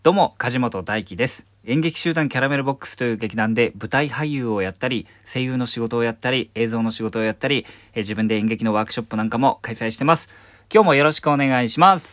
どうも、梶本大輝です。演劇集団キャラメルボックスという劇団で舞台俳優をやったり、声優の仕事をやったり、映像の仕事をやったり、自分で演劇のワークショップなんかも開催してます。今日もよろしくお願いします。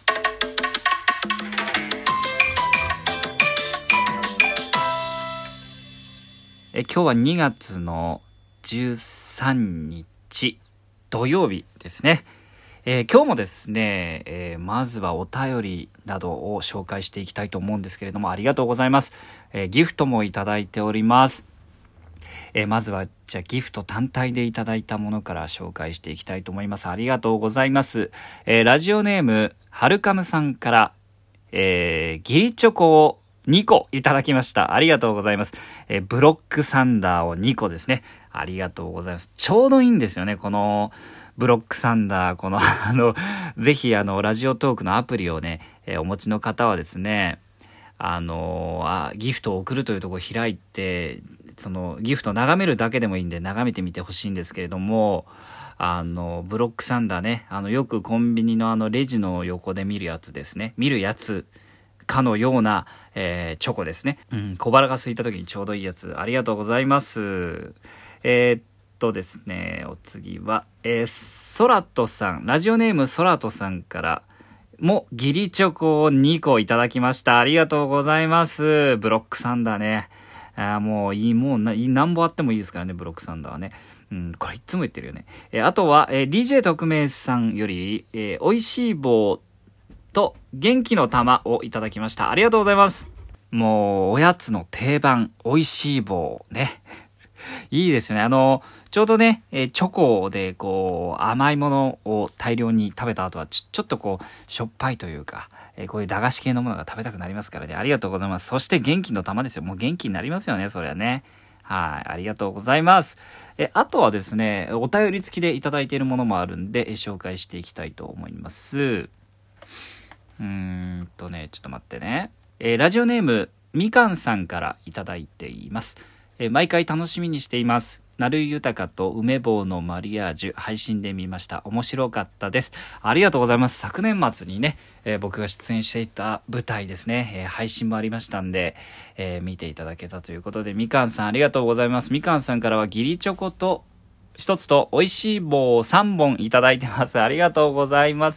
今日は2月の13日土曜日ですね。今日もですね、まずはお便りなどを紹介していきたいと思うんですけれども、ありがとうございます。ギフトもいただいております。まずはじゃあギフト単体でいただいたものから紹介していきたいと思います。ありがとうございます。ラジオネームはるかむさんから、ギリチョコを2個いただきました。ありがとうございます。ブロックサンダーを2個ですね。ありがとうございます。ちょうどいいんですよね、このブロックサンダー。このぜひラジオトークのアプリをね、お持ちの方はですね、ギフトを送るというところを開いて、そのギフトを眺めるだけでもいいんで眺めてみてほしいんですけれども、ブロックサンダーね、よくコンビニのレジの横で見るやつですね。見るやつかのような、チョコですね。小腹が空いた時にちょうどいいやつ。ありがとうございます。ですね、お次は、ソラトさん、ラジオネームソラトさんからもギリチョコを2個いただきました。ありがとうございます。ブロックサンダーね。もう何本あってもいいですからね、ブロックサンダーはね。これいつも言ってるよね。あとは、DJ 特命さんより、美味しい棒と元気の玉をいただきました。ありがとうございます。もう、おやつの定番、美味しい棒ね。いいですね。ちょうどね、チョコでこう、甘いものを大量に食べた後はちょっとこう、しょっぱいというか、こういう駄菓子系のものが食べたくなりますからね。ありがとうございます。そして元気の玉ですよ。もう元気になりますよね、それはね。はい、ありがとうございます。あとはですね、お便り付きでいただいているものもあるんで、紹介していきたいと思います。ちょっと待ってね。ラジオネーム、みかんさんからいただいています。毎回楽しみにしています。なるゆたかと梅棒のマリアージュ配信で見ました。面白かったです。ありがとうございます。昨年末にね、僕が出演していた舞台ですね、配信もありましたんで、見ていただけたということで、みかんさんありがとうございます。みかんさんからはギリチョコと1つと美味しい棒を3本いただいてます。ありがとうございます。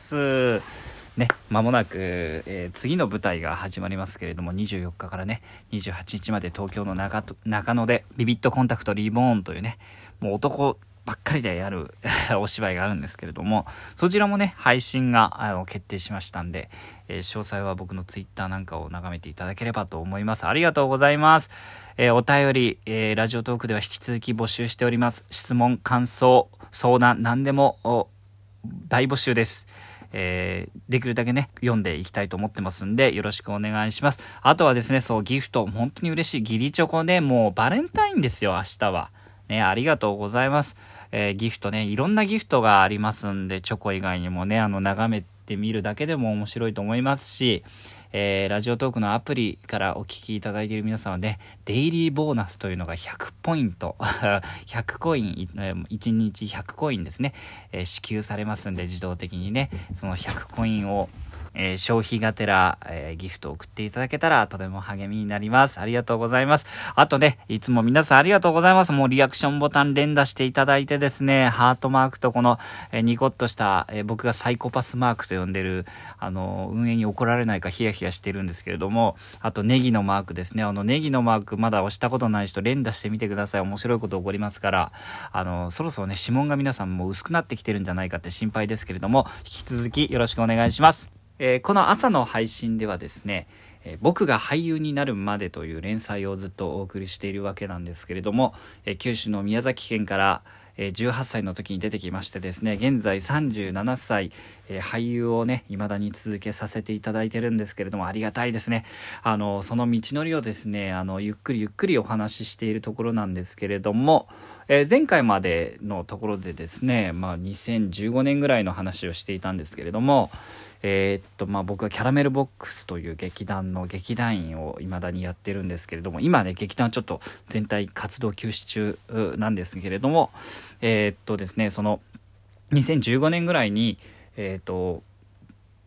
ね、間もなく、次の舞台が始まりますけれども、24日からね、28日まで東京の中野でビビットコンタクトリボーンというね、もう男ばっかりでやるお芝居があるんですけれども、そちらもね、配信が決定しましたんで、詳細は僕のツイッターなんかを眺めていただければと思います。ありがとうございます。お便り、ラジオトークでは引き続き募集しております。質問、感想、相談、何でも大募集です。できるだけね読んでいきたいと思ってますんでよろしくお願いします。あとはですね、そうギフト本当に嬉しいギリチョコね、もうバレンタインですよ明日はね。ありがとうございます。ギフトね、いろんなギフトがありますんで、チョコ以外にもね眺めてみるだけでも面白いと思いますし、ラジオトークのアプリからお聞きいただいている皆さんはね、デイリーボーナスというのが100ポイント100コイン、1日100コインですね、支給されますんで、自動的にねその100コインを消費がてら、ギフトを送っていただけたらとても励みになります。ありがとうございます。あとね、いつも皆さんありがとうございます。もうリアクションボタン連打していただいてですね、ハートマークとこの、ニコッとした、僕がサイコパスマークと呼んでる運営に怒られないかヒヤヒヤしてるんですけれども、あとネギのマークですね。ネギのマークまだ押したことない人連打してみてください。面白いこと起こりますから、そろそろね指紋が皆さんも薄くなってきてるんじゃないかって心配ですけれども、引き続きよろしくお願いします。この朝の配信ではですね、僕が俳優になるまでという連載をずっとお送りしているわけなんですけれども、九州の宮崎県から18歳の時に出てきましてですね、現在37歳、俳優をね未だに続けさせていただいてるんですけれども、ありがたいですね。その道のりをですねゆっくりお話ししているところなんですけれども、前回までのところでですね、2015年ぐらいの話をしていたんですけれども、僕はキャラメルボックスという劇団の劇団員を未だにやってるんですけれども、今ね劇団ちょっと全体活動休止中なんですけれども、ですね、その2015年ぐらいに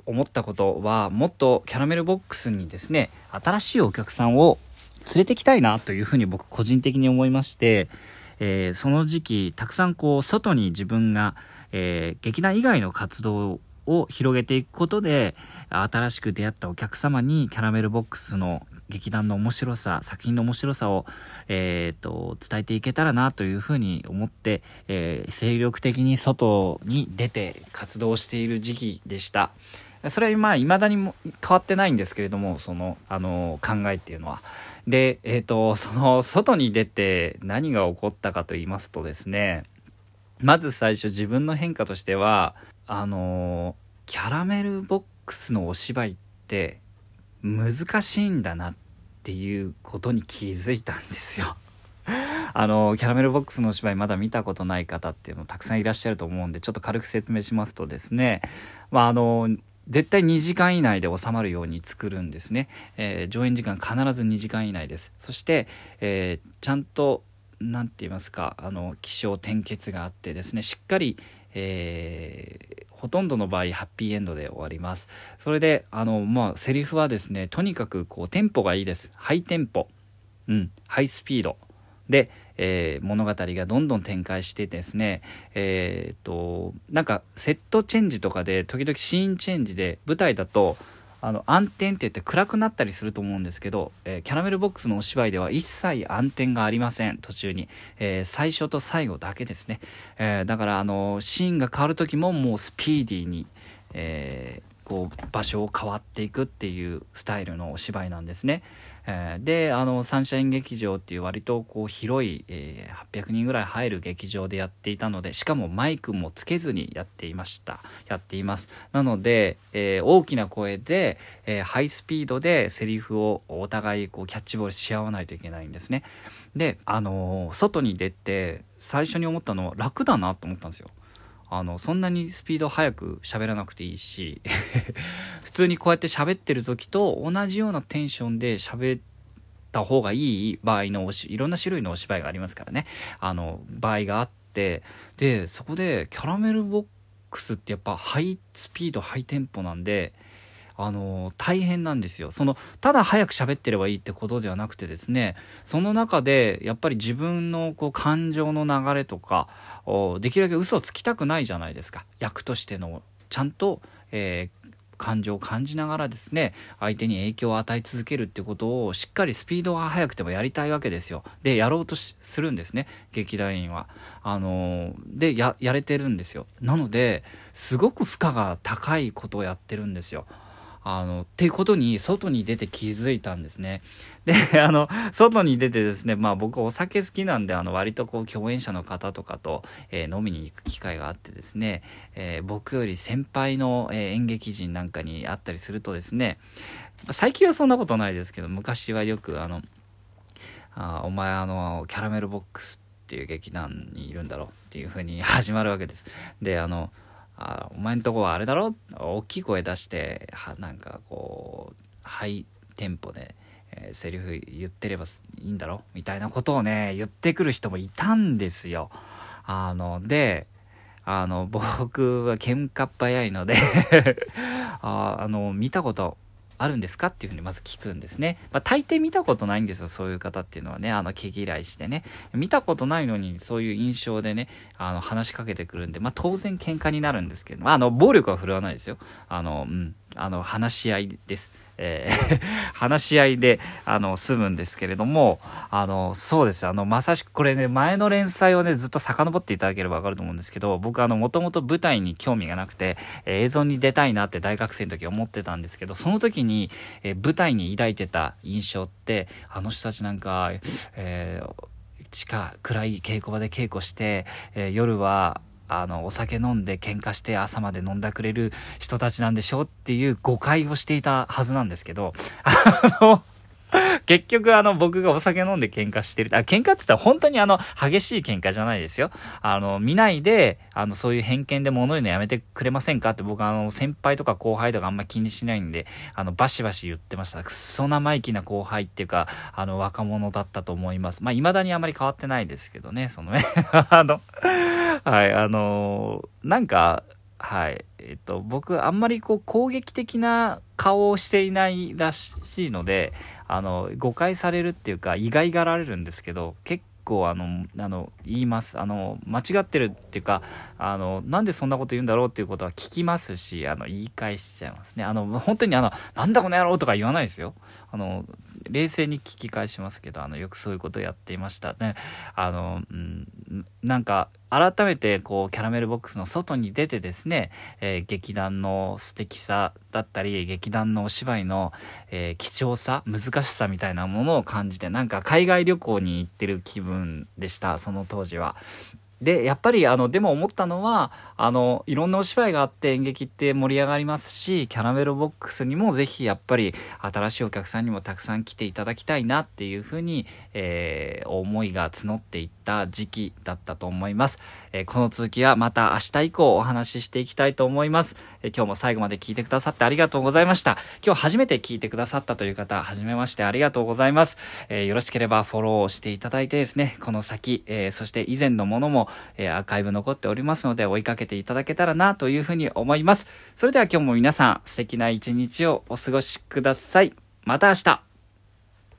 思ったことは、もっとキャラメルボックスにですね、新しいお客さんを連れてきたいなというふうに僕個人的に思いまして、その時期たくさん外に自分が、劇団以外の活動を広げていくことで、新しく出会ったお客様にキャラメルボックスの劇団の面白さ、作品の面白さを、伝えていけたらなというふうに思って、精力的に外に出て活動している時期でした。それは未だにも変わってないんですけれども、その考えっていうのは。で、その外に出て何が起こったかと言いますとですね、まず最初自分の変化としては、キャラメルボックスのお芝居って難しいんだなっていうことに気づいたんですよ。キャラメルボックスのお芝居まだ見たことない方っていうのたくさんいらっしゃると思うんで、ちょっと軽く説明しますとですね、絶対2時間以内で収まるように作るんですね。上演時間必ず2時間以内です。そして、ちゃんとなんて言いますか、起承転結があってですね、しっかり、ほとんどの場合ハッピーエンドで終わります。それでセリフはですね、とにかくテンポがいいです。ハイテンポ、ハイスピードで、物語がどんどん展開してですね、なんかセットチェンジとかで時々シーンチェンジで、舞台だと暗転って言って暗くなったりすると思うんですけど、キャラメルボックスのお芝居では一切暗転がありません。途中に、最初と最後だけですね。だからシーンが変わる時ももうスピーディーに、場所を変わっていくっていうスタイルのお芝居なんですね。でサンシャイン劇場っていう割と広い、800人ぐらい入る劇場でやっていたので、しかもマイクもつけずにやっています。なので、大きな声で、ハイスピードでセリフをお互いキャッチボールし合わないといけないんですね。で外に出て最初に思ったのは楽だなと思ったんですよ。そんなにスピード速く喋らなくていいし普通にこうやって喋ってる時と同じようなテンションで喋った方がいい場合のいろんな種類のお芝居がありますからね、場合があって、でそこでキャラメルボックスってやっぱハイスピードハイテンポなんで大変なんですよ。ただ早く喋ってればいいってことではなくてですね、その中でやっぱり自分の感情の流れとかできるだけ嘘をつきたくないじゃないですか。役としてのちゃんと、感情を感じながらですね、相手に影響を与え続けるってことをしっかりスピードが速くてもやりたいわけですよ。でやろうとするんですね、劇団員は。でやれてるんですよ。なのですごく負荷が高いことをやってるんですよ。っていうことに外に出て気づいたんですね。で外に出てですね、僕お酒好きなんで割と共演者の方とかと、飲みに行く機会があってですね、僕より先輩の、演劇人なんかに会ったりするとですね、最近はそんなことないですけど、昔はよくお前キャラメルボックスっていう劇団にいるんだろうっていう風に始まるわけです。でお前んとこはあれだろ、大きい声出してなんかハイテンポで、セリフ言ってればいいんだろみたいなことをね言ってくる人もいたんですよ。で僕は喧嘩っ早いので見たことあるんですかっていうふうにまず聞くんですね。大抵見たことないんですよ、そういう方っていうのはね。毛嫌いしてね、見たことないのにそういう印象でね話しかけてくるんで、当然喧嘩になるんですけど、暴力は振るわないですよ。話し合いです。話し合いで済むんですけれども、そうです。まさしくこれね、前の連載をねずっと遡っていただければ分かると思うんですけど、僕もともと舞台に興味がなくて、映像に出たいなって大学生の時思ってたんですけど、その時に、舞台に抱いてた印象って、人たちなんか、暗い稽古場で稽古して、夜はお酒飲んで喧嘩して朝まで飲んだくれる人たちなんでしょっていう誤解をしていたはずなんですけど、結局僕がお酒飲んで喧嘩してる。喧嘩って言ったら本当に激しい喧嘩じゃないですよ。見ないで、そういう偏見で物言うのやめてくれませんかって僕先輩とか後輩とかあんまり気にしないんで、バシバシ言ってました。くそ生意気な後輩っていうか、若者だったと思います。未だにあまり変わってないですけどね、はい、なんか、 はい。僕、あんまり攻撃的な顔をしていないらしいので、誤解されるっていうか、意外がられるんですけど、結構言います。間違ってるっていうか、なんでそんなこと言うんだろうっていうことは聞きますし、言い返しちゃいますね。本当になんだこの野郎とか言わないですよ。冷静に聞き返しますけど、よくそういうことをやっていましたね。なんか、改めてキャラメルボックスの外に出てですね、劇団の素敵さだったり、劇団のお芝居の、貴重さ、難しさみたいなものを感じて、なんか海外旅行に行ってる気分でした、その当時は。で、やっぱりでも思ったのは、いろんなお芝居があって演劇って盛り上がりますし、キャラメルボックスにもぜひやっぱり新しいお客さんにもたくさん来ていただきたいなっていうふうに、思いが募っていった時期だったと思います。この続きはまた明日以降お話ししていきたいと思います。今日も最後まで聞いてくださってありがとうございました。今日初めて聞いてくださったという方、はじめましてありがとうございます。よろしければフォローしていただいてですね、この先、そして以前のものもアーカイブ残っておりますので追いかけていただけたらなというふうに思います。それでは今日も皆さん素敵な一日をお過ごしください。また明日。